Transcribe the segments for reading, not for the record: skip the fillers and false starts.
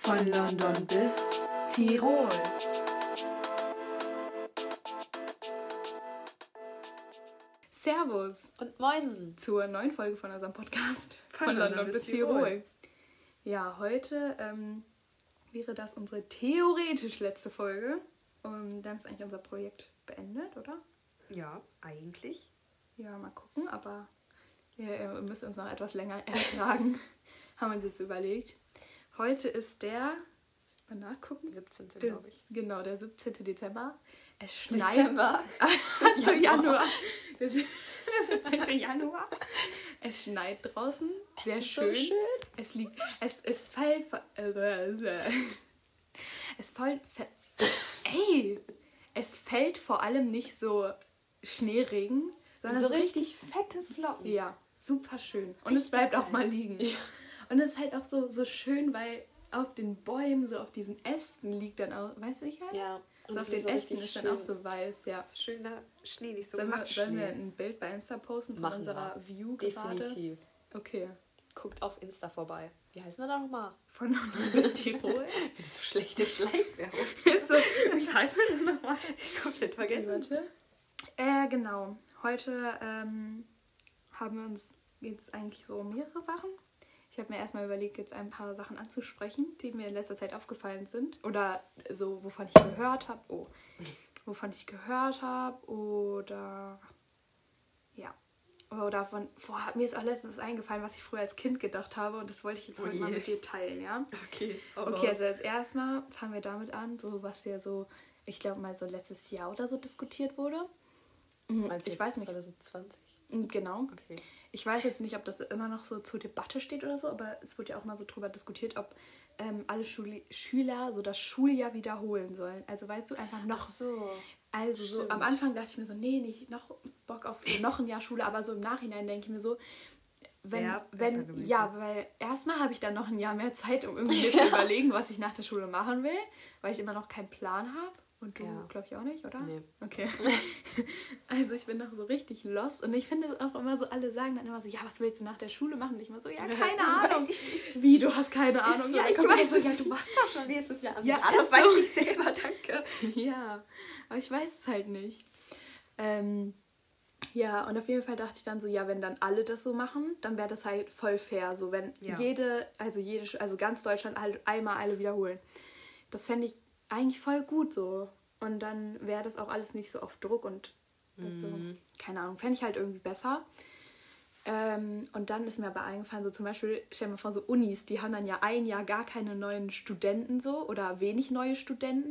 Von London bis Tirol. Servus und Moinsen zur neuen Folge von unserem Podcast von London bis Tirol. Ja, heute wäre das unsere theoretisch letzte Folge. Dann ist eigentlich unser Projekt beendet, oder? Ja, eigentlich. Ja, mal gucken, aber wir müssen uns noch etwas länger ertragen, haben wir uns jetzt überlegt. Heute ist der, mal nachgucken, 17. glaube ich. Genau, der 17. Dezember. Es schneit. Dezember? Also Januar. Der 17. Januar. Es schneit draußen. Sehr schön. So schön. Es liegt. Es fällt. Es fällt vor allem nicht so Schneeregen, sondern so richtig fette Flocken. Ja, super schön. Und Richtig es bleibt geil. auch mal liegen. Ja. Und es ist halt auch so schön, weil auf den Bäumen, so auf diesen Ästen liegt dann auch, weißt du, ich halt? Ja. So auf den Ästen ist dann auch so weiß, ja. Das ist schöner Schnee, nicht so Sollen wir Matschschnee. ein Bild bei Insta posten von Machen unserer View gerade? Definitiv. Okay. Guckt auf Insta vorbei. Wie heißen wir da nochmal? Von London bis Tirol. Das ist so schlechte Schleichwerbung. Ist so, wie heißt man denn nochmal? Komplett vergessen. Warte. Genau. Heute haben wir uns jetzt eigentlich so um mehrere Sachen. Ich habe mir erstmal überlegt, jetzt ein paar Sachen anzusprechen, die mir in letzter Zeit aufgefallen sind. Oder so, wovon ich gehört habe. Oder ja. Oder mir ist auch letztens eingefallen, was ich früher als Kind gedacht habe. Und das wollte ich jetzt heute mal mit dir teilen, ja? Okay. Okay, also als erstmal fangen wir damit an, so was ja so, ich glaube mal so letztes Jahr oder so diskutiert wurde. Meinst du Ich weiß nicht. 2020? Genau. Okay. Ich weiß jetzt nicht, ob das immer noch so zur Debatte steht oder so, aber es wurde ja auch mal so drüber diskutiert, ob alle Schüler so das Schuljahr wiederholen sollen. Also weißt du, einfach noch... Ach so. Also so Stimmt. am Anfang dachte ich mir so, nee, nicht noch Bock auf noch ein Jahr Schule, aber so im Nachhinein denke ich mir so, weil erstmal habe ich dann noch ein Jahr mehr Zeit, um irgendwie mir zu überlegen, was ich nach der Schule machen will, weil ich immer noch keinen Plan habe. Und du, glaube ich, auch nicht, oder? Nee. Okay. Also ich bin noch so richtig lost. Und ich finde auch immer so, alle sagen dann immer so, ja, was willst du nach der Schule machen? Und ich immer so, ja, keine Ahnung. Weiß ich nicht. Wie, du hast keine Ahnung? Ja, ich weiß es. Ja, du machst doch schon nächstes Jahr. Ja, das ist weiß so. ich selber, danke. Ja, aber ich weiß es halt nicht. Ja, und auf jeden Fall dachte ich dann so, ja, wenn dann alle das so machen, dann wäre das halt voll fair. So, wenn also ganz Deutschland halt einmal alle wiederholen. Das fände ich eigentlich voll gut so. Und dann wäre das auch alles nicht so auf Druck und so, keine Ahnung, fände ich halt irgendwie besser. Und dann ist mir aber eingefallen, so zum Beispiel, stell dir mal vor, so Unis, die haben dann ja ein Jahr gar keine neuen Studenten so oder wenig neue Studenten.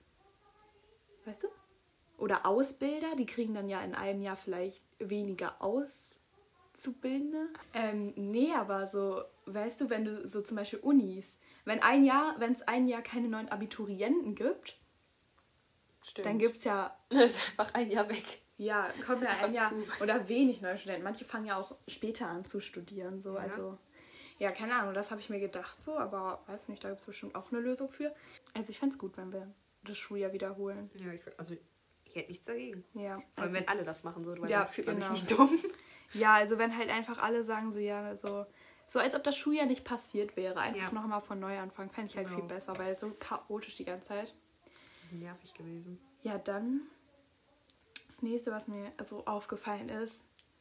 Weißt du? Oder Ausbilder, die kriegen dann ja in einem Jahr vielleicht weniger Auszubildende. Nee, aber so, weißt du, wenn du so zum Beispiel Unis, wenn es ein Jahr keine neuen Abiturienten gibt, Stimmt. dann gibt es ja... Das ist einfach ein Jahr weg. Ja, kommt ja ein Jahr oder wenig neue Studenten. Manche fangen ja auch später an zu studieren. So. Ja. Also, ja, keine Ahnung, das habe ich mir gedacht so, aber weiß nicht, da gibt es bestimmt auch eine Lösung für. Also ich fände es gut, wenn wir das Schuljahr wiederholen. Ja, ich hätte nichts dagegen. Ja, Vor allem, wenn alle das machen, so, weil ja, dann fühlt man sich genau. nicht dumm. Ja, also wenn halt einfach alle sagen so, ja, so als ob das Schuljahr nicht passiert wäre. Einfach nochmal von neu anfangen, fände ich halt viel besser, weil so chaotisch die ganze Zeit. Das ist nervig gewesen. Ja, dann das nächste, was mir so aufgefallen ist,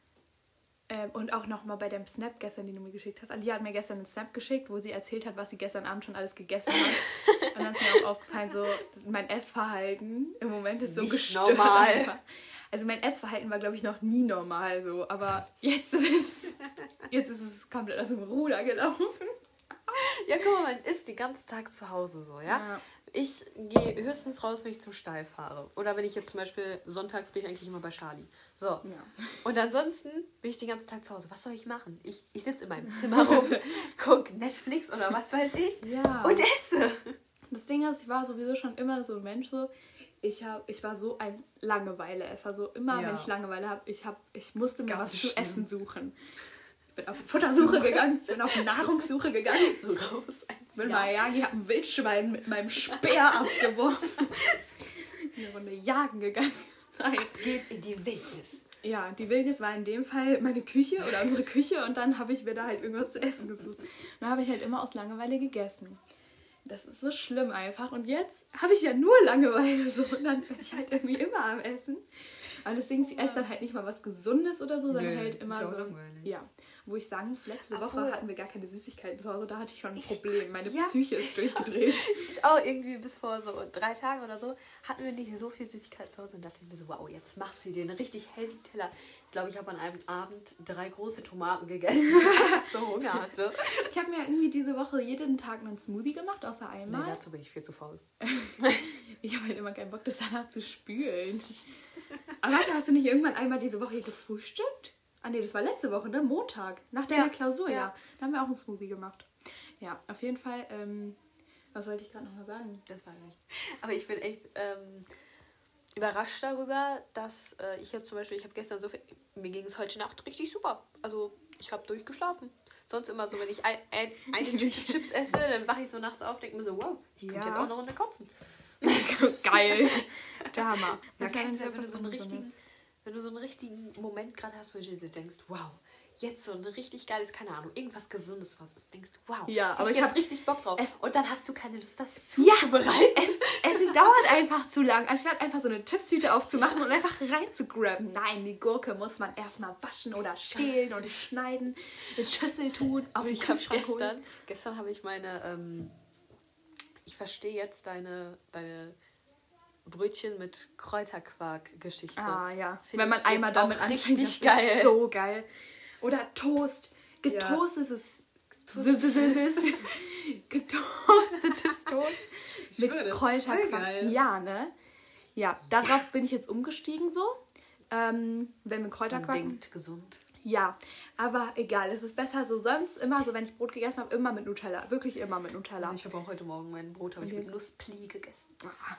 und auch nochmal bei dem Snap gestern, den du mir geschickt hast. Alia hat mir gestern einen Snap geschickt, wo sie erzählt hat, was sie gestern Abend schon alles gegessen hat. Und dann ist mir auch aufgefallen, so mein Essverhalten im Moment ist so Nicht gestört. normal. Einfach. Also mein Essverhalten war, glaube ich, noch nie normal so. Aber jetzt ist es komplett aus dem Ruder gelaufen. Ja, guck mal, man ist den ganzen Tag zu Hause so, ja? Ich gehe höchstens raus, wenn ich zum Stall fahre. Oder wenn ich jetzt zum Beispiel, sonntags bin ich eigentlich immer bei Charlie. So. Ja. Und ansonsten bin ich den ganzen Tag zu Hause. Was soll ich machen? Ich sitze in meinem Zimmer rum, gucke Netflix oder was weiß ich Ja. und esse. Das Ding ist, ich war sowieso schon immer so ein Mensch, so ich war so ein Langeweileesser. So immer, wenn ich Langeweile habe, ich musste mir Ganz was zu schlimm. essen suchen. Ich bin auf Futtersuche gegangen, ich bin auf Nahrungssuche gegangen. So raus. Mit Mayagi habe ein Wildschwein mit meinem Speer abgeworfen. Eine Runde jagen gegangen. Nein. Geht's in die Wildnis. Ja, die Wildnis war in dem Fall meine Küche oder unsere Küche und dann habe ich mir da halt irgendwas zu essen gesucht. Und dann habe ich halt immer aus Langeweile gegessen. Das ist so schlimm einfach. Und jetzt habe ich ja nur Langeweile so. Und dann bin ich halt irgendwie immer am Essen. Aber deswegen, ich esse dann halt nicht mal was Gesundes oder so, sondern halt immer so. Ja. Wo ich sagen muss, letzte Woche hatten wir gar keine Süßigkeiten zu Hause. Da hatte ich schon ein Problem. Meine Psyche ist durchgedreht. Ich auch irgendwie bis vor so 3 Tagen oder so hatten wir nicht so viel Süßigkeiten zu Hause. Und dachte ich mir so, wow, jetzt machst du dir einen richtig healthy Teller. Ich glaube, ich habe an einem Abend 3 große Tomaten gegessen, weil ich so Hunger hatte. Ich habe mir irgendwie diese Woche jeden Tag einen Smoothie gemacht, außer einmal. Nee, dazu bin ich viel zu faul. Ich habe halt immer keinen Bock, das danach zu spülen. Aber warte, hast du nicht irgendwann einmal diese Woche hier gefrühstückt? Ah nee, das war letzte Woche, ne? Montag. Nach deiner Klausur, ja. Da haben wir auch einen Smoothie gemacht. Ja, auf jeden Fall, was wollte ich gerade nochmal sagen? Das war nicht. Aber ich bin echt überrascht darüber, dass ich jetzt zum Beispiel, ich habe gestern so viel, mir ging es heute Nacht richtig super. Also ich habe durchgeschlafen. Sonst immer so, wenn ich eine Tüte Chips esse, dann wache ich so nachts auf, denke mir so, wow, ich könnte jetzt auch eine Runde kotzen. Geil. Der Hammer. Ja, kennst du das, wenn du so einen richtigen Moment gerade hast, wo du dir denkst, wow, jetzt so ein richtig geiles, keine Ahnung, irgendwas Gesundes was ist, denkst, wow, ja, aber ich habe richtig Bock drauf. Und dann hast du keine Lust, das zuzubereiten. Es dauert einfach zu lang, anstatt einfach so eine Chipstüte aufzumachen und einfach reinzugraben. Nein, die Gurke muss man erstmal waschen oder schälen und schneiden, in Schüssel tun, auf den Kühlschrank holen. Gestern habe ich meine, ich verstehe jetzt deine Brötchen mit Kräuterquark-Geschichte. Ah ja, wenn man einmal damit anfängt, richtig das ist so geil. Oder Toast. Getoastetes Toast mit Kräuterquark. Ja, ne? Ja, darauf bin ich jetzt umgestiegen so. Wenn wir Kräuterquark... Unbedingt gesund. Ja, aber egal, es ist besser so. Sonst immer so, wenn ich Brot gegessen habe, immer mit Nutella. Wirklich immer mit Nutella. Ich habe auch heute Morgen mein Brot mit Nusspli gegessen.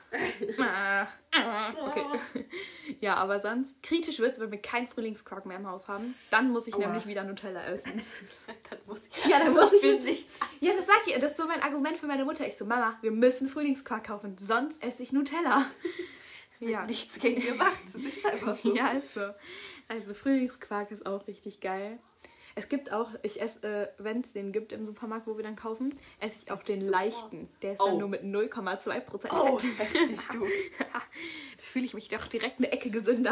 Okay. Ja, aber sonst, kritisch wird es, wenn wir keinen Frühlingsquark mehr im Haus haben. Dann muss ich nämlich wieder Nutella essen. Dann muss ich nichts. Ja, das sag ich. Das ist so mein Argument für meine Mutter. Ich so, Mama, wir müssen Frühlingsquark kaufen, sonst esse ich Nutella. Ja. Nichts gegen gemacht. Das ist einfach so. Ja, ist so. Also Frühlingsquark ist auch richtig geil. Es gibt auch, ich esse, wenn es den gibt im Supermarkt, wo wir dann kaufen, esse ich auch den leichten. Der ist dann nur mit 0,2% Fett. Oh, heftig, du. Da fühle ich mich doch direkt eine Ecke gesünder.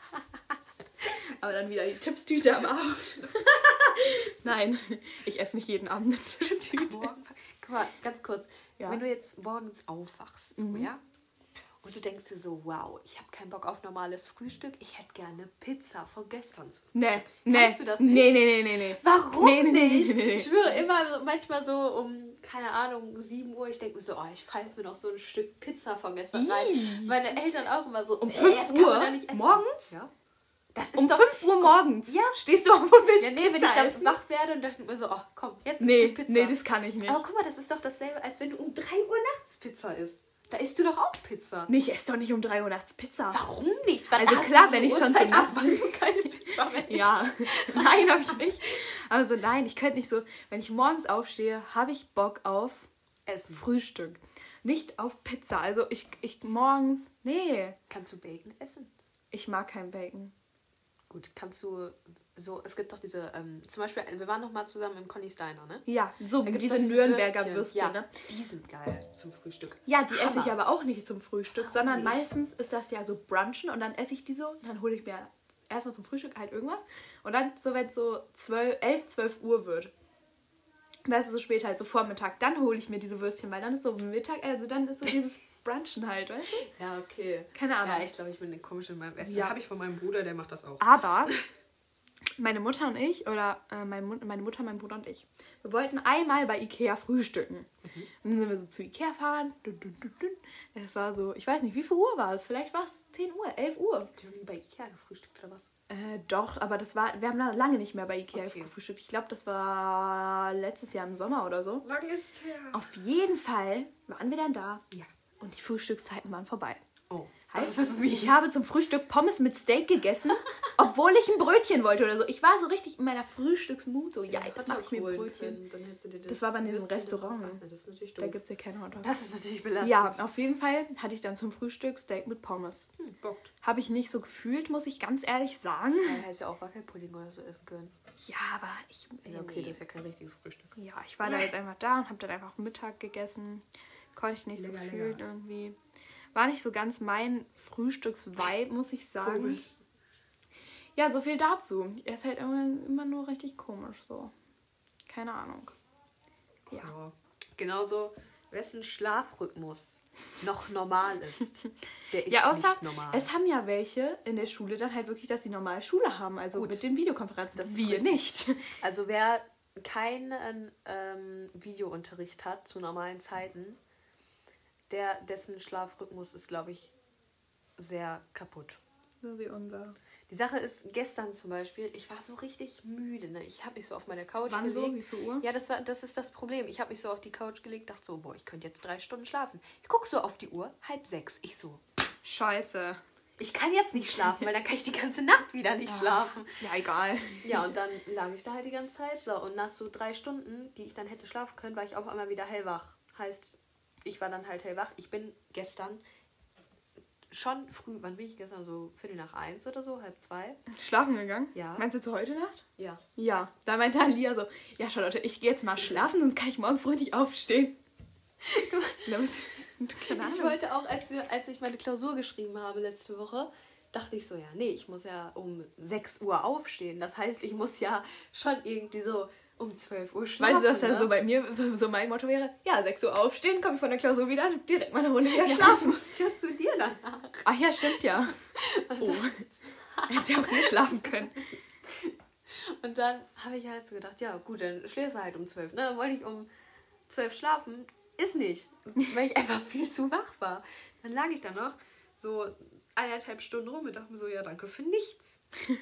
Aber dann wieder die Chipstüte am Arsch. Nein, ich esse nicht jeden Abend eine Chipstüte. Guck mal, ganz kurz. Ja. Wenn du jetzt morgens aufwachst, so, ja? Und du denkst dir so, wow, ich habe keinen Bock auf normales Frühstück. Ich hätte gerne Pizza von gestern zu Frühstück. Kannst du das nicht? Nee. Warum nicht? Nee. Ich schwöre immer, manchmal so um, keine Ahnung, 7 Uhr. Ich denke mir so, oh, ich pfeife mir noch so ein Stück Pizza von gestern rein. Meine Eltern auch immer so, um 5 Uhr morgens? Ja. Das ist um doch 5 Uhr morgens? Ja. Stehst du auf und willst Pizza wenn ich dann essen? Wach werde und dachte mir so, oh, komm, jetzt ein Stück Pizza. Nee, das kann ich nicht. Aber guck mal, das ist doch dasselbe, als wenn du um 3 Uhr nachts Pizza isst. Da isst du doch auch Pizza. Nee, ich esse doch nicht um 3 Uhr nachts Pizza. Warum nicht? Also klar, wenn ich schon so ab, wann du keine Pizza mehr isst. Ja, nein, habe ich nicht. Also nein, ich könnte nicht so, wenn ich morgens aufstehe, habe ich Bock auf Essen. Frühstück. Nicht auf Pizza. Also ich morgens, nee. Kannst du Bacon essen? Ich mag kein Bacon. Gut, kannst du so, es gibt doch diese, zum Beispiel, wir waren noch mal zusammen im Conny's Diner, ne? Ja, so diese Nürnberger Würstchen, ne? Die sind geil zum Frühstück. Ja, die esse ich aber auch nicht zum Frühstück, sondern meistens ist das ja so Brunchen und dann esse ich die so und dann hole ich mir erstmal zum Frühstück halt irgendwas und dann so, wenn es so 12 Uhr wird, weißt du, so spät halt, so Vormittag, dann hole ich mir diese Würstchen, weil dann ist so Mittag, also dann ist so dieses Brunchen halt, weißt du? Ja, okay. Keine Ahnung. Ja, ich glaube, ich bin komisch in meinem Essen. Ja. Habe ich von meinem Bruder, der macht das auch. Aber meine Mutter und ich, oder meine Mutter, mein Bruder und ich, wir wollten einmal bei Ikea frühstücken. Und dann sind wir so zu Ikea fahren. Das war so, ich weiß nicht, wie viel Uhr war es? Vielleicht war es 10 Uhr, 11 Uhr. Habt ihr nie bei Ikea gefrühstückt oder was? Doch, aber wir haben da lange nicht mehr bei Ikea gefrühstückt. Ich glaube, das war letztes Jahr im Sommer oder so. Lang ist her. Auf jeden Fall waren wir dann da. Ja. Und die Frühstückszeiten waren vorbei. Oh. Heißt, ich habe zum Frühstück Pommes mit Steak gegessen, obwohl ich ein Brötchen wollte oder so. Ich war so richtig in meiner Frühstücksmut. So, ja, jetzt mache ich mir ein Brötchen. Das war bei diesem Restaurant. Das ist natürlich da gibt es ja keine Hotdogs. Das ist natürlich belastend. Ja, auf jeden Fall hatte ich dann zum Frühstück Steak mit Pommes. Bockt. Habe ich nicht so gefühlt, muss ich ganz ehrlich sagen. Ja, hättest ja auch Wackelpudding oder so essen können. Ja, aber ich... Ja, okay, das ist ja kein richtiges Frühstück. Ja, ich war da jetzt einfach da und habe dann einfach Mittag gegessen. Konnte ich nicht so fühlen irgendwie. War nicht so ganz mein Frühstücks-Vibe, muss ich sagen. Komisch. Ja, so viel dazu. Er ist halt immer nur richtig komisch so. Keine Ahnung. Ja. Genauso, wessen Schlafrhythmus noch normal ist. Der ist ja, außer nicht normal. Es haben ja welche in der Schule dann halt wirklich, dass die normale Schule haben. Also Gut. mit den Videokonferenzen. Das wir nicht. Also wer keinen Videounterricht hat zu normalen Zeiten, dessen Schlafrhythmus ist, glaube ich, sehr kaputt. So wie unser. Die Sache ist, gestern zum Beispiel, ich war so richtig müde. Ne? Ich habe mich so auf meiner Couch Wann gelegt. so? Wie viel Uhr? Ja, das ist das Problem. Ich habe mich so auf die Couch gelegt, dachte so, boah, ich könnte jetzt 3 Stunden schlafen. Ich gucke so auf die Uhr, 5:30. Ich so, Scheiße. ich kann jetzt nicht schlafen, weil dann kann ich die ganze Nacht wieder nicht schlafen. Ja, egal. Ja, und dann lag ich da halt die ganze Zeit. So, und nach so 3 Stunden, die ich dann hätte schlafen können, war ich auch einmal wieder hellwach. Heißt, ich war dann halt hellwach. Ich bin gestern schon früh, wann bin ich gestern? So 1:45 oder so, 1:30. Schlafen gegangen? Ja. Meinst du zu heute Nacht? Ja. Ja. Da meinte Alia so, ja Charlotte, ich gehe jetzt mal schlafen, sonst kann ich morgen früh nicht aufstehen. Ich wollte auch, als ich meine Klausur geschrieben habe letzte Woche, dachte ich so, ja, nee, ich muss ja um 6 Uhr aufstehen. Das heißt, ich muss ja schon irgendwie so um 12 Uhr schlafen. Weißt du, was dann so bei mir so mein Motto wäre? Ja, 6 Uhr aufstehen, komme ich von der Klausur wieder und direkt mal eine Runde wieder schlafen. Ich muss ja zu dir danach. Ach ja, stimmt ja. Oh. Hätte sie auch nicht schlafen können. Und dann habe ich halt so gedacht, ja gut, dann schläfst du halt um 12. Ne? Dann wollte ich um 12 schlafen. Ist nicht, weil ich einfach viel zu wach war. Dann lag ich da noch so 1,5 Stunden rum und dachte mir so, ja, danke für nichts.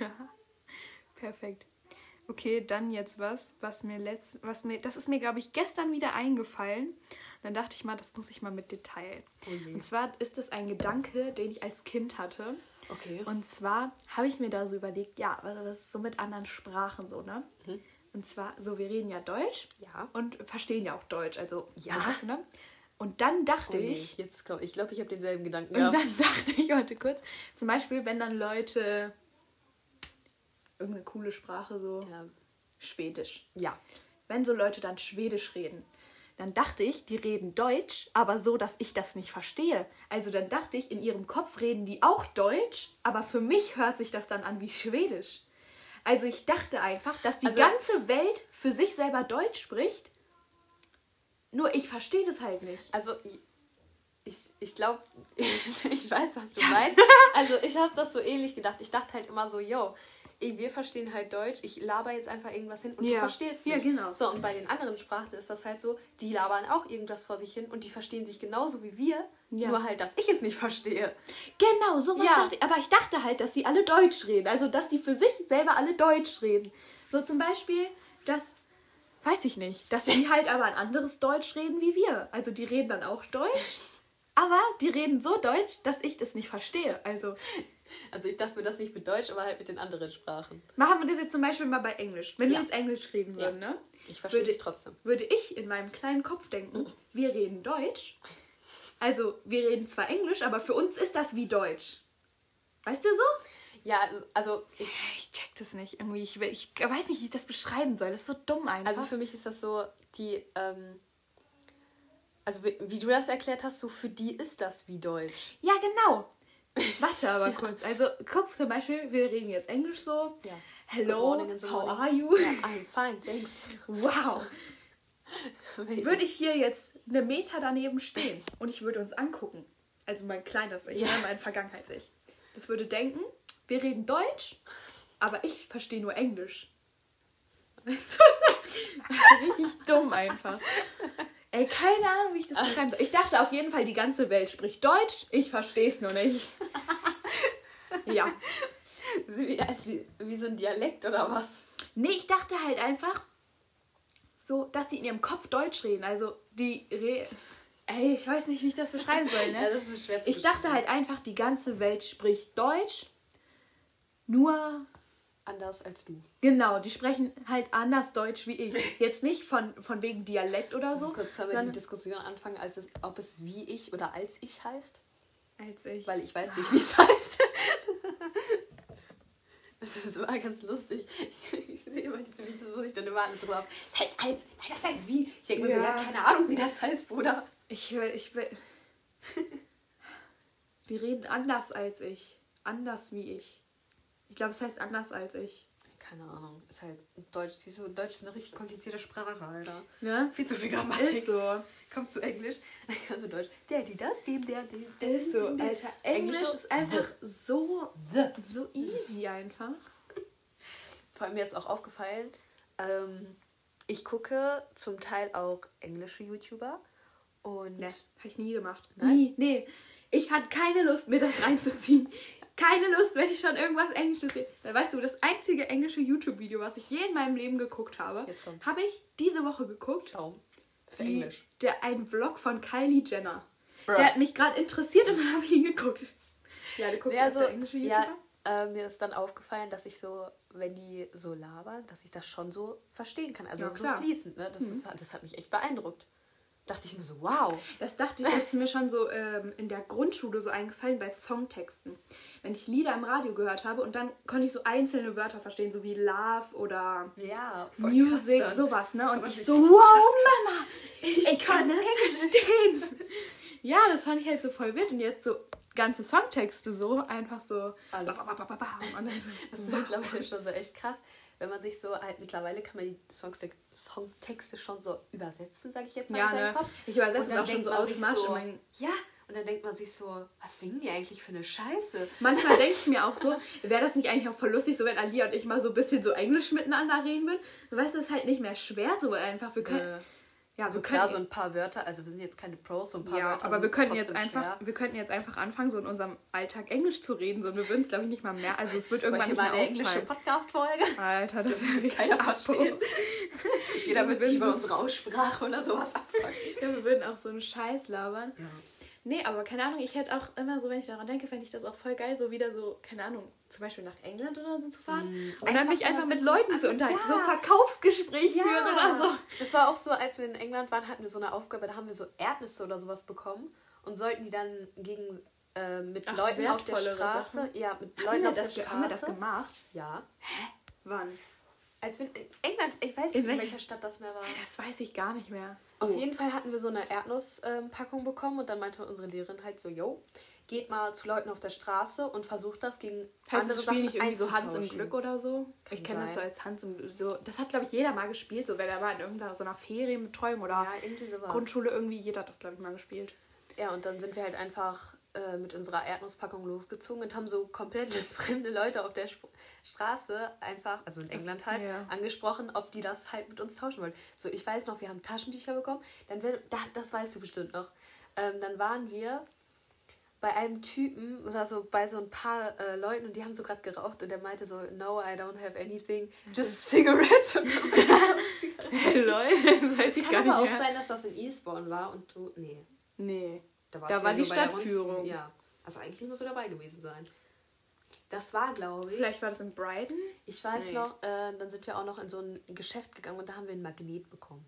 Perfekt. Okay, dann jetzt was mir das ist mir, glaube ich, gestern wieder eingefallen. Und dann dachte ich mal, das muss ich mal mit dir teilen. Okay. Und zwar ist das ein Gedanke, den ich als Kind hatte. Okay. Und zwar habe ich mir da so überlegt, ja, was ist so mit anderen Sprachen so, ne? Mhm. Und zwar, so, wir reden ja Deutsch. Ja. Und verstehen ja auch Deutsch, also, ja. So, weißt du, ne? Und dann dachte ich glaube, ich habe denselben Gedanken gehabt. Und dann dachte ich, warte kurz, zum Beispiel, wenn dann Leute irgendeine coole Sprache, so Schwedisch. Ja. Wenn so Leute dann Schwedisch reden, dann dachte ich, die reden Deutsch, aber so, dass ich das nicht verstehe. Also dann dachte ich, in ihrem Kopf reden die auch Deutsch, aber für mich hört sich das dann an wie Schwedisch. Also ich dachte einfach, dass die ganze Welt für sich selber Deutsch spricht, nur ich verstehe das halt nicht. Also ich glaube, ich weiß, was du meinst. Also ich habe das so ähnlich gedacht. Ich dachte halt immer so, yo, wir verstehen halt Deutsch, ich laber jetzt einfach irgendwas hin und du verstehst mich. Ja, genau. So, und bei den anderen Sprachen ist das halt so, die labern auch irgendwas vor sich hin und die verstehen sich genauso wie wir, nur halt, dass ich es nicht verstehe. Genau, sowas dachte ich. Aber ich dachte halt, dass sie alle Deutsch reden. Also, dass die für sich selber alle Deutsch reden. So zum Beispiel, weiß ich nicht, dass die halt aber ein anderes Deutsch reden wie wir. Also, die reden dann auch Deutsch, aber die reden so Deutsch, dass ich das nicht verstehe. Also ich dachte mir das nicht mit Deutsch, aber halt mit den anderen Sprachen. Machen wir das jetzt zum Beispiel mal bei Englisch. Wenn wir jetzt Englisch reden würden, ne? Ich verstehe dich trotzdem. Würde ich in meinem kleinen Kopf denken, wir reden Deutsch. Also, wir reden zwar Englisch, aber für uns ist das wie Deutsch. Weißt du so? Ja, also ich check das nicht. Irgendwie, ich weiß nicht, wie ich das beschreiben soll. Das ist so dumm einfach. Also für mich ist das so, also wie du das erklärt hast, so für die ist das wie Deutsch. Ja, genau. Warte aber kurz. Also, guck zum Beispiel, wir reden jetzt Englisch so. Ja. Hello, how are you? Yeah, I'm fine, thanks. Wow. Würde ich hier jetzt 1 Meter daneben stehen und ich würde uns angucken, also mein kleines Ich, mein Vergangenheits-Ich, das würde denken, wir reden Deutsch, aber ich verstehe nur Englisch. Weißt du? Das ist richtig dumm einfach. Ey, keine Ahnung, wie ich das beschreiben soll. Ich dachte auf jeden Fall, die ganze Welt spricht Deutsch. Ich verstehe es nur nicht. Ja. Wie so ein Dialekt oder was? Nee, ich dachte halt einfach so, dass die in ihrem Kopf Deutsch reden. Also, Ey, ich weiß nicht, wie ich das beschreiben soll, ne? Ja, das ist schwer zu Ich dachte halt einfach, die ganze Welt spricht Deutsch, nur... Anders als du. Genau, die sprechen halt anders Deutsch wie ich. Jetzt nicht von wegen Dialekt oder so. Kurz sollen wir die Diskussion anfangen, ob es wie ich oder als ich heißt? Als ich. Weil ich weiß nicht, wie es heißt. Das ist immer ganz lustig. Ich sehe immer diese Videos, wo ich dann immer drüber habe. Das heißt als, nein, das heißt wie. Ich denke mir so, ja, keine Ahnung, wie das heißt, Bruder. Ich will. Die reden anders als ich. Anders wie ich. Ich glaube, es heißt anders als ich. Keine Ahnung. Ist halt Deutsch. Siehst du, Deutsch ist eine richtig komplizierte Sprache, Alter. Ne? Viel zu viel Grammatik. Ist so. Kommt zu Englisch. Dann kannst du Deutsch. Der, die, das, dem, der, dem. Ist so, Alter. Englisch ist einfach so easy einfach. Vor allem mir ist auch aufgefallen, ich gucke zum Teil auch englische YouTuber. Und Ne, habe ich nie gemacht. Nein? Nie. Nee. Ich hatte keine Lust, mir das reinzuziehen. Keine Lust, wenn ich schon irgendwas Englisches sehe. Weil, weißt du, das einzige englische YouTube-Video, was ich je in meinem Leben geguckt habe, habe ich diese Woche geguckt. Warum? Das ist Englisch. Ein Vlog von Kylie Jenner. Bruh. Der hat mich gerade interessiert und dann habe ich ihn geguckt. Ja, du guckst Ja, also, englische YouTuber? Ja, mir ist dann aufgefallen, dass ich so, wenn die so labern, dass ich das schon so verstehen kann. Also Ja, so klar. fließend, ne? Das hat mich echt beeindruckt. Dachte ich mir so, wow. Das dachte ich, das ist mir schon so in der Grundschule so eingefallen bei Songtexten. Wenn ich Lieder im Radio gehört habe und dann konnte ich so einzelne Wörter verstehen, so wie Love oder Ja, voll Music, krass sowas, ne? Und Aber ich das so, ist wow, Mama, ich kann das verstehen. Ja, das fand ich halt so voll wild. Und jetzt so ganze Songtexte so, einfach so. Alles. Und dann so, Das ist mittlerweile schon so echt krass. Wenn man sich so halt, mittlerweile kann man die Songtexte schon so übersetzen, sage ich jetzt mal ja, in seinem ne? Kopf. Ich übersetze Und es dann auch schon denkt so man sich automatisch. so, in ja, und dann denkt man sich so, was singen die eigentlich für eine Scheiße? Manchmal denke ich mir auch so, wäre das nicht eigentlich auch voll lustig, so wenn Alia und ich mal so ein bisschen so Englisch miteinander reden würden? Du weißt, das ist halt nicht mehr schwer, so einfach. Wir können. Ja, also klar, so ein paar Wörter, also wir sind jetzt keine Pros, so ein paar Wörter. Aber wir könnten jetzt schwer. einfach anfangen, so in unserem Alltag Englisch zu reden. So, und wir würden es, glaube ich, nicht mal mehr. Also es wird irgendwann nicht mehr eine englische auffallen. Podcast-Folge. Alter, das wird keiner verstehen. Jeder wird sich über unsere Aussprache oder sowas abfangen. Ja, wir würden auch so einen Scheiß labern. Ja. Nee, aber keine Ahnung, ich hätte auch immer so, wenn ich daran denke, fände ich das auch voll geil, so wieder so, keine Ahnung, zum Beispiel nach England oder so zu fahren. Und dann mich einfach mit Leuten zu unterhalten, so Verkaufsgespräch führen oder so. Das war auch so, als wir in England waren, hatten wir so eine Aufgabe, da haben wir so Erdnüsse oder sowas bekommen und sollten die dann mit Leuten auf der Straße, Sachen. ja, mit Leuten auf der Straße. Haben wir das gemacht? Ja. Hä? Wann? Als wir in England, ich weiß nicht, in welcher Stadt das mehr war. Das weiß ich gar nicht mehr. Auf jeden Fall hatten wir so eine Erdnusspackung bekommen und dann meinte unsere Lehrerin halt so, yo, geht mal zu Leuten auf der Straße und versucht das gegen heißt andere das Spiel Sachen nicht irgendwie so Hans im einzutauschen. Glück oder so? Ich kenne das so als Hans im so. Das hat, glaube ich, jeder mal gespielt, so wenn er war in irgendeiner so einer Ferienbetreuung oder irgendwie sowas. Grundschule irgendwie. Jeder hat das, glaube ich, mal gespielt. Ja, und dann sind wir halt einfach mit unserer Erdnusspackung losgezogen und haben so komplett fremde Leute auf der Straße einfach, also in England halt, angesprochen, ob die das halt mit uns tauschen wollen. So, ich weiß noch, wir haben Taschentücher bekommen, das weißt du bestimmt noch. Dann waren wir bei einem Typen oder so bei so ein paar Leuten und die haben so gerade geraucht und der meinte so, no, I don't have anything, just cigarettes. Hey Leute, das weiß ich gar nicht mehr. Kann aber auch sein, dass das in Eastbourne war und du, Nee. Da war die Stadtführung. Ja, also eigentlich musst du dabei gewesen sein. Das war, glaube ich... Vielleicht war das in Brighton? Ich weiß noch, dann sind wir auch noch in so ein Geschäft gegangen und da haben wir ein Magnet bekommen.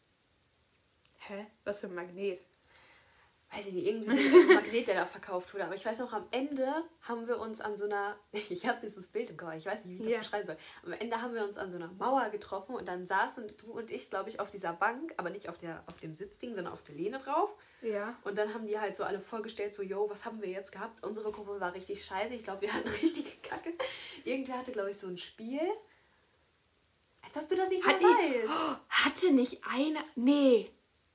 Hä? Was für ein Magnet? Weiß ich nicht, irgendwie so ein Magnet, der da verkauft wurde. Aber ich weiß noch, am Ende haben wir uns an so einer... Ich habe dieses Bild im Kopf, ich weiß nicht, wie ich das beschreiben soll. Am Ende haben wir uns an so einer Mauer getroffen und dann saßen du und ich, glaube ich, auf dieser Bank, aber nicht auf dem Sitzding, sondern auf der Lehne drauf. Ja. Und dann haben die halt so alle vorgestellt, so, yo, was haben wir jetzt gehabt? Unsere Gruppe war richtig scheiße. Ich glaube, wir hatten richtige Kacke. Irgendwer hatte, glaube ich, so ein Spiel. Als ob du das nicht mehr weißt. Hatte nicht einer... Nee.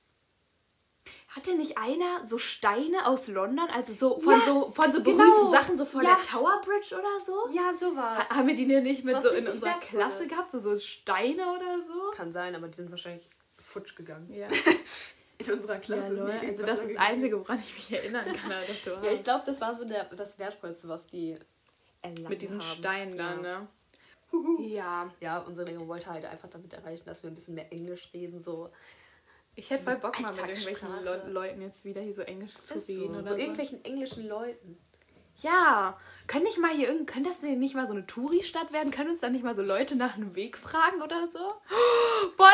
Hatte nicht einer so Steine aus London, also so von so berühmten Sachen, so von der Tower Bridge oder so? Ja, sowas. Haben wir die denn nicht mit was so in richtig unserer Wertvolles. Klasse gehabt, so Steine oder so? Kann sein, aber die sind wahrscheinlich futsch gegangen. Ja. In unserer Klasse. Ja, Leute, also das ist das Einzige, woran ich mich erinnern kann, dass du hast. Ja, ich glaube, das war so das Wertvollste, was die erlangt mit diesen haben. Steinen dann, ne? Ja. Ja, unsere Lehrerin wollte halt einfach damit erreichen, dass wir ein bisschen mehr Englisch reden, so. Ich hätte voll Bock mal mit irgendwelchen Leuten jetzt wieder hier so Englisch zu reden. Oder so irgendwelchen englischen Leuten. Ja, können das denn nicht mal so eine Touri-Stadt werden? Können uns dann nicht mal so Leute nach einem Weg fragen oder so? Boah!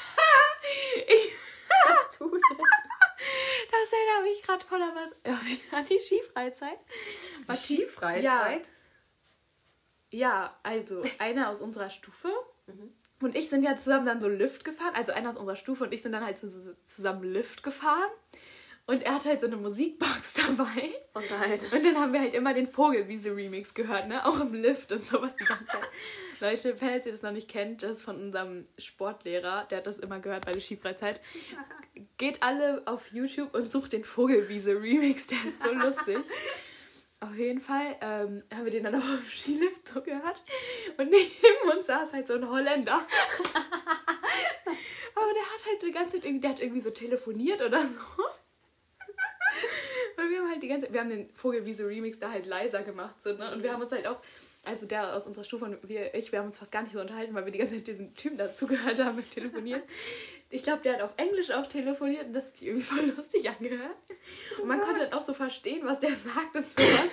Was tut denn? Das erinnert mich gerade voller an die Skifreizeit. Die Skifreizeit? Ja, also einer aus unserer Stufe und ich sind ja zusammen dann so Lift gefahren. Also einer aus unserer Stufe und ich sind dann halt zusammen Lift gefahren. Und er hat halt so eine Musikbox dabei. Oh nein. Und dann haben wir halt immer den Vogelwiese-Remix gehört, ne? Auch im Lift und sowas die ganze Zeit. Leute, falls ihr das noch nicht kennt, das ist von unserem Sportlehrer. Der hat das immer gehört bei der Skifreizeit. Geht alle auf YouTube und sucht den Vogelwiese-Remix. Der ist so lustig. Auf jeden Fall haben wir den dann auch auf dem Skilift so gehört. Und neben uns saß halt so ein Holländer. Aber der hat halt die ganze Zeit irgendwie so telefoniert oder so. Weil wir haben halt wir haben den Vogelwiese-Remix da halt leiser gemacht. So, ne? Und wir haben uns halt auch, also der aus unserer Stufe und wir haben uns fast gar nicht so unterhalten, weil wir die ganze Zeit diesen Typen dazugehört haben mit Telefonieren. Ich glaube, der hat auf Englisch auch telefoniert und das hat sich irgendwie voll lustig angehört. Und man konnte dann auch so verstehen, was der sagt und sowas.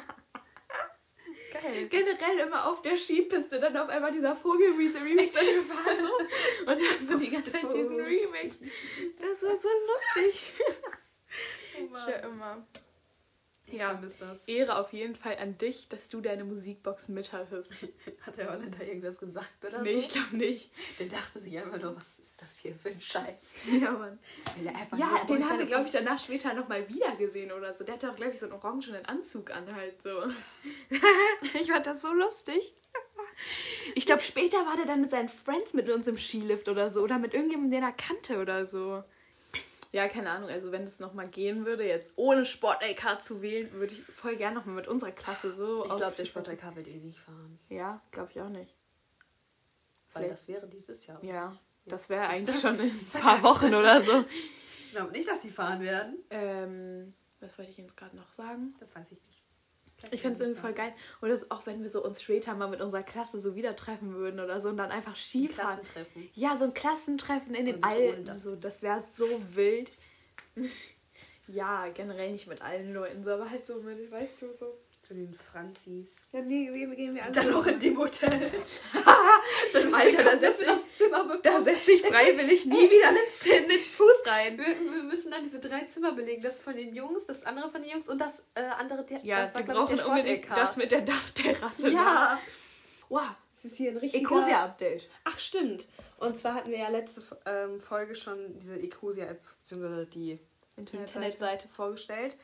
Geil. Generell immer auf der Skipiste dann auf einmal dieser Vogelwiese-Remix angefahren so. Und dann so die ganze Zeit diesen Remix. Das war so lustig. Schon immer. Ja, Ehre auf jeden Fall an dich, dass du deine Musikbox mithattest. Hat der Holländer irgendwas gesagt oder so? Nee, ich glaube nicht. Der dachte sich einfach nur, was ist das hier für ein Scheiß? Ja, Mann. Ja, den haben wir, glaube ich, danach später nochmal wieder gesehen oder so. Der hatte auch, glaube ich, so einen orangenen Anzug an halt so. Ich fand das so lustig. Ich glaube, später war der dann mit seinen Friends mit uns im Skilift oder so. Oder mit irgendjemandem, den er kannte oder so. Ja, keine Ahnung, also wenn es nochmal gehen würde, jetzt ohne Sport-LK zu wählen, würde ich voll gerne nochmal mit unserer Klasse so... Ich glaube, der Sport-LK wird nicht fahren. Ja, glaube ich auch nicht. Weil das wäre dieses Jahr. Ja, das wäre eigentlich schon in ein paar Wochen oder so. Ich glaube nicht, dass die fahren werden. Was wollte ich jetzt gerade noch sagen? Das weiß ich nicht. Ich fände es irgendwie voll geil. Oder das auch, wenn wir so uns später mal mit unserer Klasse so wieder treffen würden oder so und dann einfach Skifahren. Klassentreffen. Ja, so ein Klassentreffen in den Alpen. So, das wäre so wild. Ja, generell nicht mit allen Leuten, so, aber halt so mit, weißt du, so. Zu den Franzis. Ja, nee, gehen wir alle. Dann noch in dem Hotel. Alter, da setze ich freiwillig nie wieder einen Fuß rein. Wir müssen dann diese 3 Zimmer belegen. Das von den Jungs, das andere von den Jungs und das andere, ja, das war, die brauchen der unbedingt das mit der Dachterrasse. Ja. Wow. Das ist hier ein richtiger... Ecosia-Update. Ach, stimmt. Und zwar hatten wir ja letzte Folge schon diese Ecosia-App, beziehungsweise die Internetseite vorgestellt.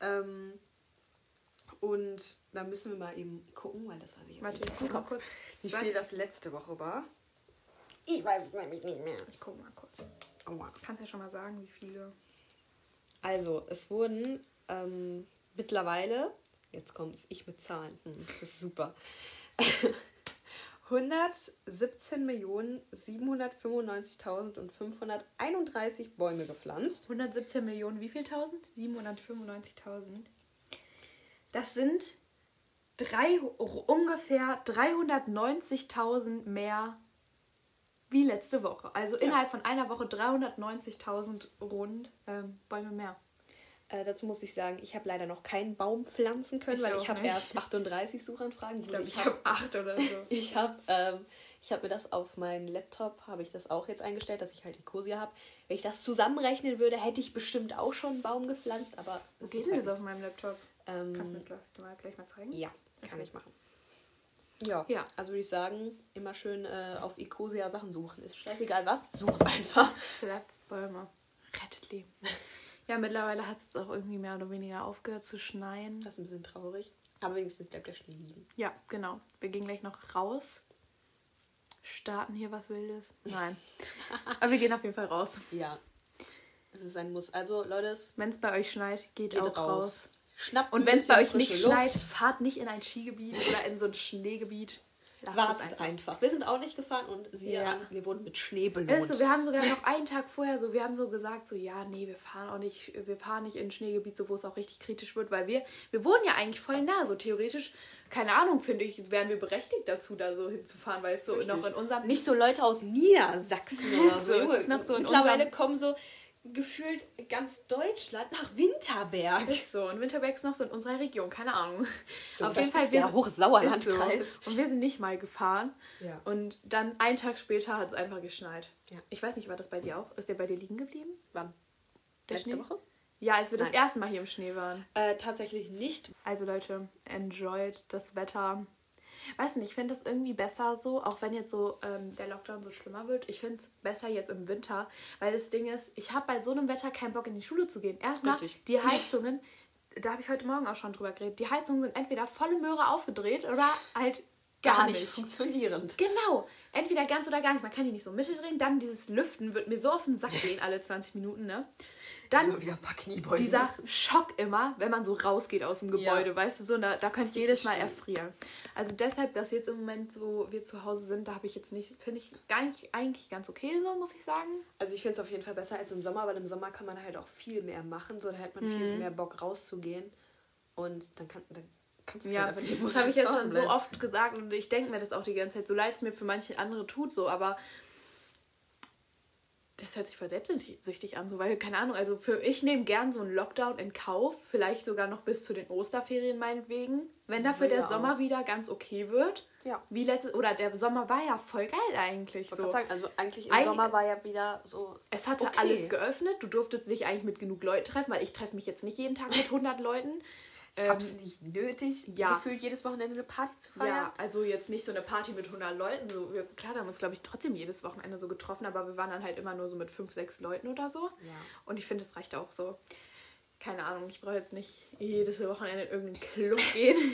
Und da müssen wir mal eben gucken, weil das weiß ich jetzt nicht im Kopf, wie viel das letzte Woche war. Ich weiß es nämlich nicht mehr. Ich gucke mal kurz. Aua. Kannst ja schon mal sagen, wie viele. Also, es wurden mittlerweile, jetzt kommt's, ich mit Zahlen, das ist super, 117.795.531 Bäume gepflanzt. 117 Millionen, wie viel tausend? 795.000. Das sind ungefähr 390.000 mehr wie letzte Woche. Also innerhalb von einer Woche 390.000 rund Bäume mehr. Dazu muss ich sagen, ich habe leider noch keinen Baum pflanzen können, weil ich habe erst 38 Suchanfragen. Ich glaube, ich habe 8 oder so. Ich habe mir das auf meinen Laptop, habe ich das auch jetzt eingestellt, dass ich halt Ecosia habe. Wenn ich das zusammenrechnen würde, hätte ich bestimmt auch schon einen Baum gepflanzt, aber... Wo geht denn das auf meinem Laptop? Kannst du mir das gleich mal zeigen? Ja, kann ich machen. Ja, also würde ich sagen, immer schön auf Ecosia Sachen suchen. Ist scheißegal was, sucht einfach. Pflanzt Bäume, rettet Leben. Ja, mittlerweile hat es auch irgendwie mehr oder weniger aufgehört zu schneien. Das ist ein bisschen traurig. Aber wenigstens bleibt der Schnee liegen. Ja, genau. Wir gehen gleich noch raus. Starten hier was Wildes. Nein. Aber wir gehen auf jeden Fall raus. Ja. Es ist ein Muss. Also, Leute, wenn es bei euch schneit, geht auch raus. Schnappt und wenn es bei euch nicht schneit, fahrt nicht in ein Skigebiet oder in so ein Schneegebiet. Wartet einfach. Wir sind auch nicht gefahren und siehe an, wir wurden mit Schnee belohnt. Weißt du, wir haben sogar noch einen Tag vorher wir haben so gesagt, ja, nee, wir fahren nicht in ein Schneegebiet, so wo es auch richtig kritisch wird, weil wir wohnen ja eigentlich voll nah, so theoretisch, keine Ahnung, finde ich, wären wir berechtigt dazu, da so hinzufahren, weil es so noch in unserem... Nicht so Leute aus Niedersachsen oder so. Es ist noch so in mittlerweile kommen so gefühlt ganz Deutschland nach Winterberg. Ist so. Und Winterberg ist noch so in unserer Region, keine Ahnung. So, auf jeden Fall ist der Hochsauerlandkreis. So. Und wir sind nicht mal gefahren. Ja. Und dann einen Tag später hat es einfach geschneit. Ja. Ich weiß nicht, war das bei dir auch? Ist der bei dir liegen geblieben? Wann? Letzte Woche? Ja, als wir das erste Mal hier im Schnee waren. Tatsächlich nicht. Also Leute, enjoyed das Wetter. Weiß nicht, ich finde das irgendwie besser so, auch wenn jetzt so der Lockdown so schlimmer wird. Ich finde es besser jetzt im Winter, weil das Ding ist, ich habe bei so einem Wetter keinen Bock in die Schule zu gehen. Erstmal die Heizungen, da habe ich heute Morgen auch schon drüber geredet, die Heizungen sind entweder volle Möhre aufgedreht oder halt gar nicht funktionierend. Genau, entweder ganz oder gar nicht. Man kann die nicht so Mitte drehen, dann dieses Lüften wird mir so auf den Sack gehen alle 20 Minuten, ne? Dann wieder ein paar Kniebeugen. Dieser Schock immer, wenn man so rausgeht aus dem Gebäude, weißt du, so, da könnte ich jedes Mal erfrieren. Also deshalb, dass jetzt im Moment so wir zu Hause sind, da habe ich jetzt nicht, finde ich eigentlich ganz okay so, muss ich sagen. Also ich finde es auf jeden Fall besser als im Sommer, weil im Sommer kann man halt auch viel mehr machen, so da hat man viel mehr Bock rauszugehen und dann kannst du halt einfach nicht. Das habe ich jetzt schon so oft gesagt und ich denke mir das auch die ganze Zeit, so leid es mir für manche andere tut so, aber das hört sich voll selbstsüchtig an, so, weil, keine Ahnung, also ich nehme gern so einen Lockdown in Kauf, vielleicht sogar noch bis zu den Osterferien meinetwegen, wenn dafür der Sommer wieder ganz okay wird. Ja. Oder der Sommer war ja voll geil eigentlich. So. Sagen, also eigentlich im Sommer war ja wieder so es hatte alles geöffnet, du durftest dich eigentlich mit genug Leuten treffen, weil ich treffe mich jetzt nicht jeden Tag mit 100 Leuten. Ich habe es nicht nötig, gefühlt jedes Wochenende eine Party zu feiern. Ja, also jetzt nicht so eine Party mit 100 Leuten. So, klar, da haben wir uns, glaube ich, trotzdem jedes Wochenende so getroffen, aber wir waren dann halt immer nur so mit 5, 6 Leuten oder so. Ja. Und ich finde, es reicht auch so. Keine Ahnung, ich brauche jetzt nicht jedes Wochenende in irgendeinen Club gehen.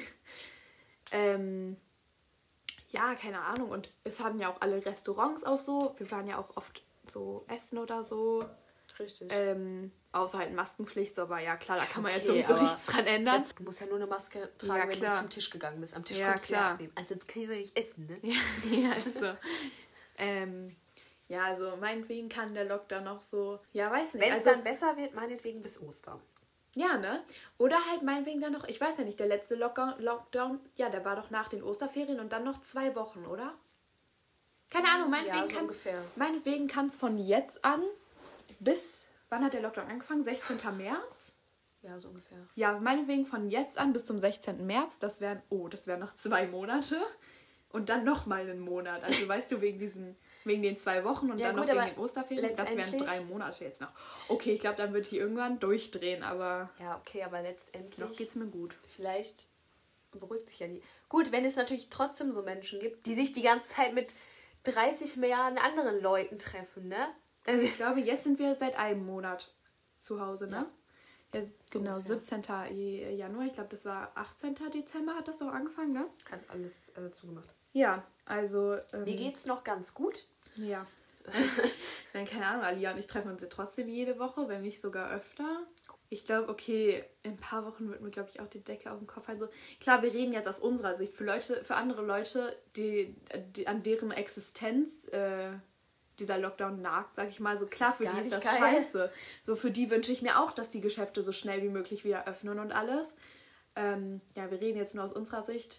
Ja, keine Ahnung. Und es haben ja auch alle Restaurants auch so. Wir waren ja auch oft so essen oder so. Richtig. Außer halt Maskenpflicht, aber ja klar, da kann man jetzt sowieso nichts dran ändern. Du musst ja nur eine Maske tragen, wenn du zum Tisch gegangen bist. Am Tisch kommst du ja abnehmen. Also das können wir nicht essen, ne? Ja, ist so. Ja, also meinetwegen kann der Lockdown noch so, ja, weiß nicht. Wenn es dann besser wird, meinetwegen bis Ostern. Ja, ne? Oder halt meinetwegen dann noch, ich weiß ja nicht, der letzte Lockdown, ja, der war doch nach den Osterferien und dann noch 2 Wochen, oder? Keine Ahnung, meinetwegen kann es von jetzt an bis... Wann hat der Lockdown angefangen? 16. März? Ja, so ungefähr. Ja, meinetwegen von jetzt an bis zum 16. März. Das wären noch 2 Monate. Und dann nochmal einen Monat. Also weißt du, wegen den 2 Wochen und dann noch wegen den Osterferien. Das wären 3 Monate jetzt noch. Okay, ich glaube, dann würde ich irgendwann durchdrehen, aber... Ja, okay, aber letztendlich... Noch geht's mir gut. Vielleicht beruhigt sich ja die... Gut, wenn es natürlich trotzdem so Menschen gibt, die sich die ganze Zeit mit 30 Milliarden anderen Leuten treffen, ne? Also ich glaube, jetzt sind wir seit einem Monat zu Hause, ne? Ja. Jetzt, genau, 17. Januar, ich glaube, das war 18. Dezember hat das doch angefangen, ne? Hat alles zugemacht. Ja, also... Mir geht's noch ganz gut. Ja. Keine Ahnung, Alia und ich treffen uns ja trotzdem jede Woche, wenn nicht sogar öfter. Ich glaube, okay, in ein paar Wochen wird mir, glaube ich, auch die Decke auf den Kopf fallen. Also, klar, wir reden jetzt aus unserer Sicht. Für andere Leute, die an deren Existenz... dieser Lockdown nagt, sag ich mal, so klar, für die ist das scheiße. So, für die wünsche ich mir auch, dass die Geschäfte so schnell wie möglich wieder öffnen und alles. Ja, wir reden jetzt nur aus unserer Sicht.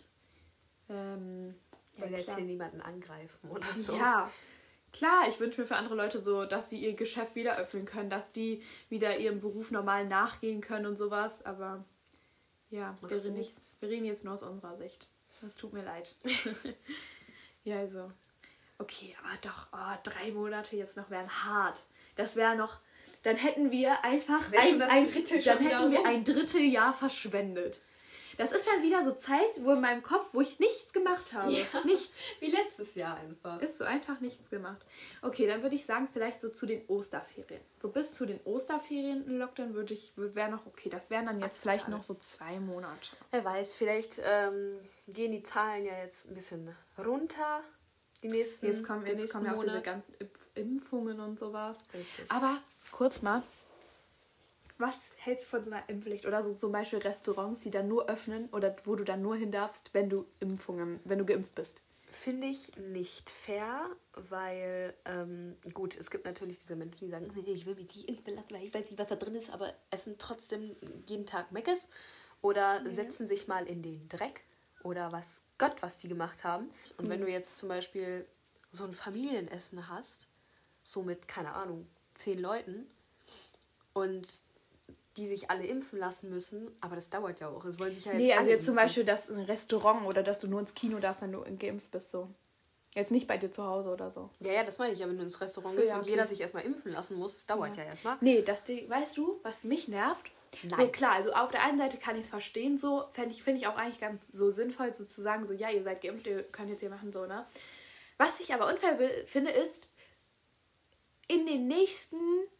Weil jetzt hier niemanden angreifen oder so. Ja, klar, ich wünsche mir für andere Leute so, dass sie ihr Geschäft wieder öffnen können, dass die wieder ihrem Beruf normal nachgehen können und sowas, aber ja, wir reden jetzt nur aus unserer Sicht. Das tut mir leid. Ja, also... Okay, aber doch, 3 Monate jetzt noch wären hart. Das wäre noch... Dann hätten wir einfach ein Dritteljahr verschwendet. Das ist dann wieder so Zeit, wo in meinem Kopf, wo ich nichts gemacht habe. Ja, nichts. Wie letztes Jahr einfach. Ist so einfach nichts gemacht. Okay, dann würde ich sagen, vielleicht so zu den Osterferien. So bis zu den Osterferien im Lockdown wäre noch okay. Das wären dann jetzt vielleicht noch so 2 Monate. Wer weiß, vielleicht gehen die Zahlen ja jetzt ein bisschen runter. Jetzt kommen ja auch diese ganzen Impfungen und sowas. Richtig. Aber kurz mal, was hältst du von so einer Impfpflicht? Oder so zum Beispiel Restaurants, die dann nur öffnen oder wo du dann nur hin darfst, wenn du geimpft bist? finde ich nicht fair, weil, gut, es gibt natürlich diese Menschen, die sagen, ich will mich die impfen lassen, weil ich weiß nicht, was da drin ist, aber essen trotzdem jeden Tag Meckes oder setzen sich mal in den Dreck oder was Gott, was die gemacht haben. Und wenn du jetzt zum Beispiel so ein Familienessen hast, so mit, keine Ahnung, 10 Leuten und die sich alle impfen lassen müssen, aber das dauert ja auch. Es wollen sich ja jetzt also jetzt zum Beispiel das ein Restaurant oder dass du nur ins Kino darfst, wenn du geimpft bist, so. Jetzt nicht bei dir zu Hause oder so. Ja, das meine ich ja, wenn du ins Restaurant gehst und jeder sich erstmal impfen lassen muss, das dauert ja erstmal. Nee, weißt du, was mich nervt? Nein. So klar, also auf der einen Seite kann ich es verstehen, so finde ich auch eigentlich ganz so sinnvoll, so zu sagen, so ja, ihr seid geimpft, ihr könnt jetzt hier machen, so, ne? Was ich aber unfair finde, ist, in den nächsten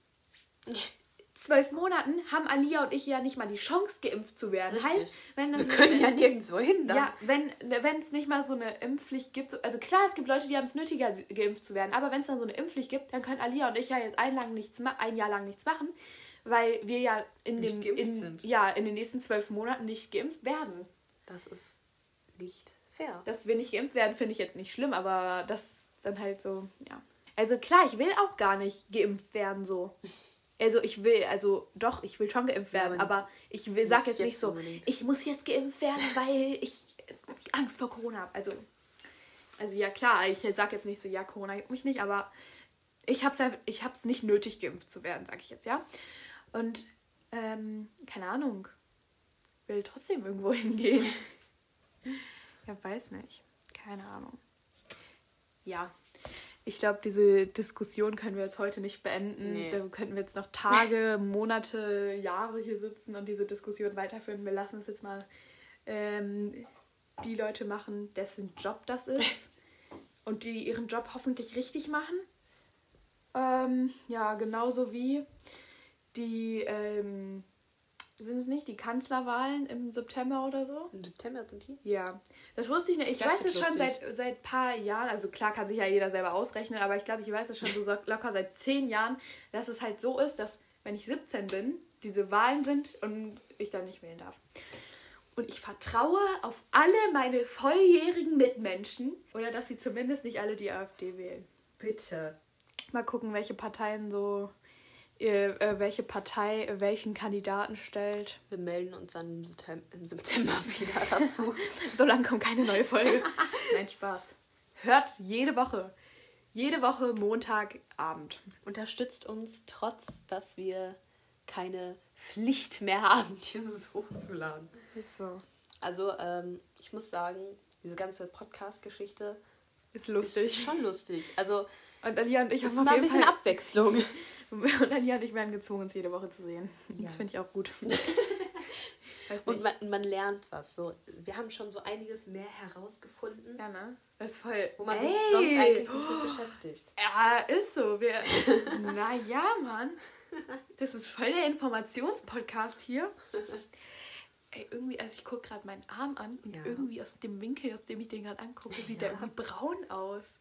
12 Monaten haben Alia und ich ja nicht mal die Chance, geimpft zu werden. Richtig. Heißt, wir können ja nirgendwo hin dann. Ja, wenn es nicht mal so eine Impfpflicht gibt, also klar, es gibt Leute, die haben es nötiger, geimpft zu werden, aber wenn es dann so eine Impfpflicht gibt, dann können Alia und ich ja jetzt ein Jahr lang nichts machen, weil wir ja in den nächsten 12 Monaten nicht geimpft werden. Das ist nicht fair. Dass wir nicht geimpft werden, finde ich jetzt nicht schlimm, aber das dann halt so, ja. Also klar, ich will auch gar nicht geimpft werden, so. Also ich will schon geimpft werden, aber ich sag jetzt nicht so, unbedingt. Ich muss jetzt geimpft werden, weil ich Angst vor Corona habe. Also ja klar, ich sag jetzt nicht so, ja, Corona gibt mich nicht, aber ich hab's nicht nötig, geimpft zu werden, sag ich jetzt, ja. Und, keine Ahnung, will trotzdem irgendwo hingehen. Ja, weiß nicht. Keine Ahnung. Ja. Ich glaube, diese Diskussion können wir jetzt heute nicht beenden. Nee. Da könnten wir jetzt noch Tage, Monate, Jahre hier sitzen und diese Diskussion weiterführen. Wir lassen es jetzt mal die Leute machen, dessen Job das ist und die ihren Job hoffentlich richtig machen. Ja, genauso wie die, sind es nicht die Kanzlerwahlen im September oder so? Im September sind die? Ja, das wusste ich nicht. Ich weiß es schon seit ein paar Jahren, also klar kann sich ja jeder selber ausrechnen, aber ich glaube, ich weiß es schon so locker seit 10 Jahren, dass es halt so ist, dass wenn ich 17 bin, diese Wahlen sind und ich dann nicht wählen darf. Und ich vertraue auf alle meine volljährigen Mitmenschen oder dass sie zumindest nicht alle die AfD wählen. Bitte. Mal gucken, welche Parteien so... welche Partei welchen Kandidaten stellt. Wir melden uns dann im September wieder dazu. So lange kommt keine neue Folge. Nein, Spaß. Hört jede Woche Montagabend. Unterstützt uns, trotz dass wir keine Pflicht mehr haben, dieses hochzuladen. Ist so. Also, ich muss sagen, diese ganze Podcast-Geschichte ist lustig. Ist schon lustig. Also, und Alia und ich haben auf jeden Fall Abwechslung. Und Alia und ich werden gezwungen, uns jede Woche zu sehen. Ja. Das finde ich auch gut. Und man lernt was. So. Wir haben schon so einiges mehr herausgefunden. Ja, ne? Das ist voll... Wo man sich sonst eigentlich nicht mit beschäftigt. Ja, ist so. Naja, Mann. Das ist voll der Informationspodcast hier. Ey, irgendwie, also ich gucke gerade meinen Arm an und irgendwie aus dem Winkel, aus dem ich den gerade angucke, sieht der irgendwie braun aus.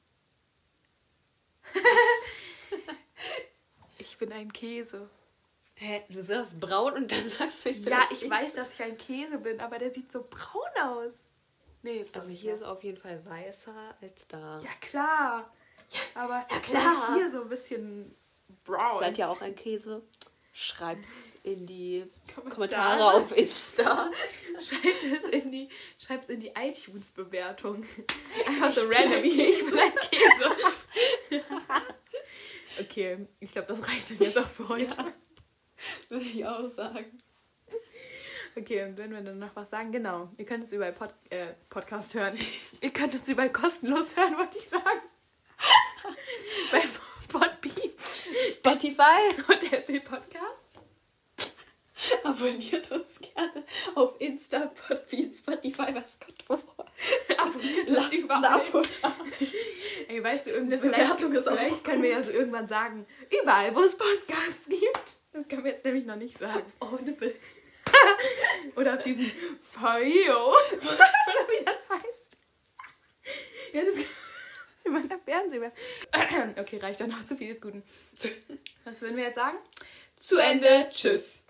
Ich bin ein Käse. Hä? Du sagst braun und dann sagst du, ich weiß, dass ich ein Käse bin, aber der sieht so braun aus. Nee, also hier ist auf jeden Fall weißer als da. Ja, klar. Ja, aber klar. Hier so ein bisschen braun. Seid ihr auch ein Käse? Schreibt's in die Kommentare auf Insta. Schreibt's in die iTunes-Bewertung. Einfach so random. Ich bin ein Käse. Okay, ich glaube, das reicht dann jetzt auch für heute. Ja, würde ich auch sagen. Okay, und wenn wir dann noch was sagen, genau. Ihr könnt es überall Podcast hören. Ihr könnt es überall kostenlos hören, wollte ich sagen. Bei Podbean, Spotify und Apple Podcasts. Abonniert uns gerne auf Insta, Podbean, Spotify, was Gott vor. Abonniert uns überall. Ein Abo da. Ey, weißt du, irgendeine Bewertung ist auch. Vielleicht können wir ja so irgendwann sagen, überall, wo es Podcasts gibt. Das können wir jetzt nämlich noch nicht sagen. Audible. Oder auf diesen Fio. Oder wie das heißt. Ja, das wie man am Fernsehen. Okay, reicht dann noch. Zu viel des Guten. Was würden wir jetzt sagen? Zu Ende. Tschüss.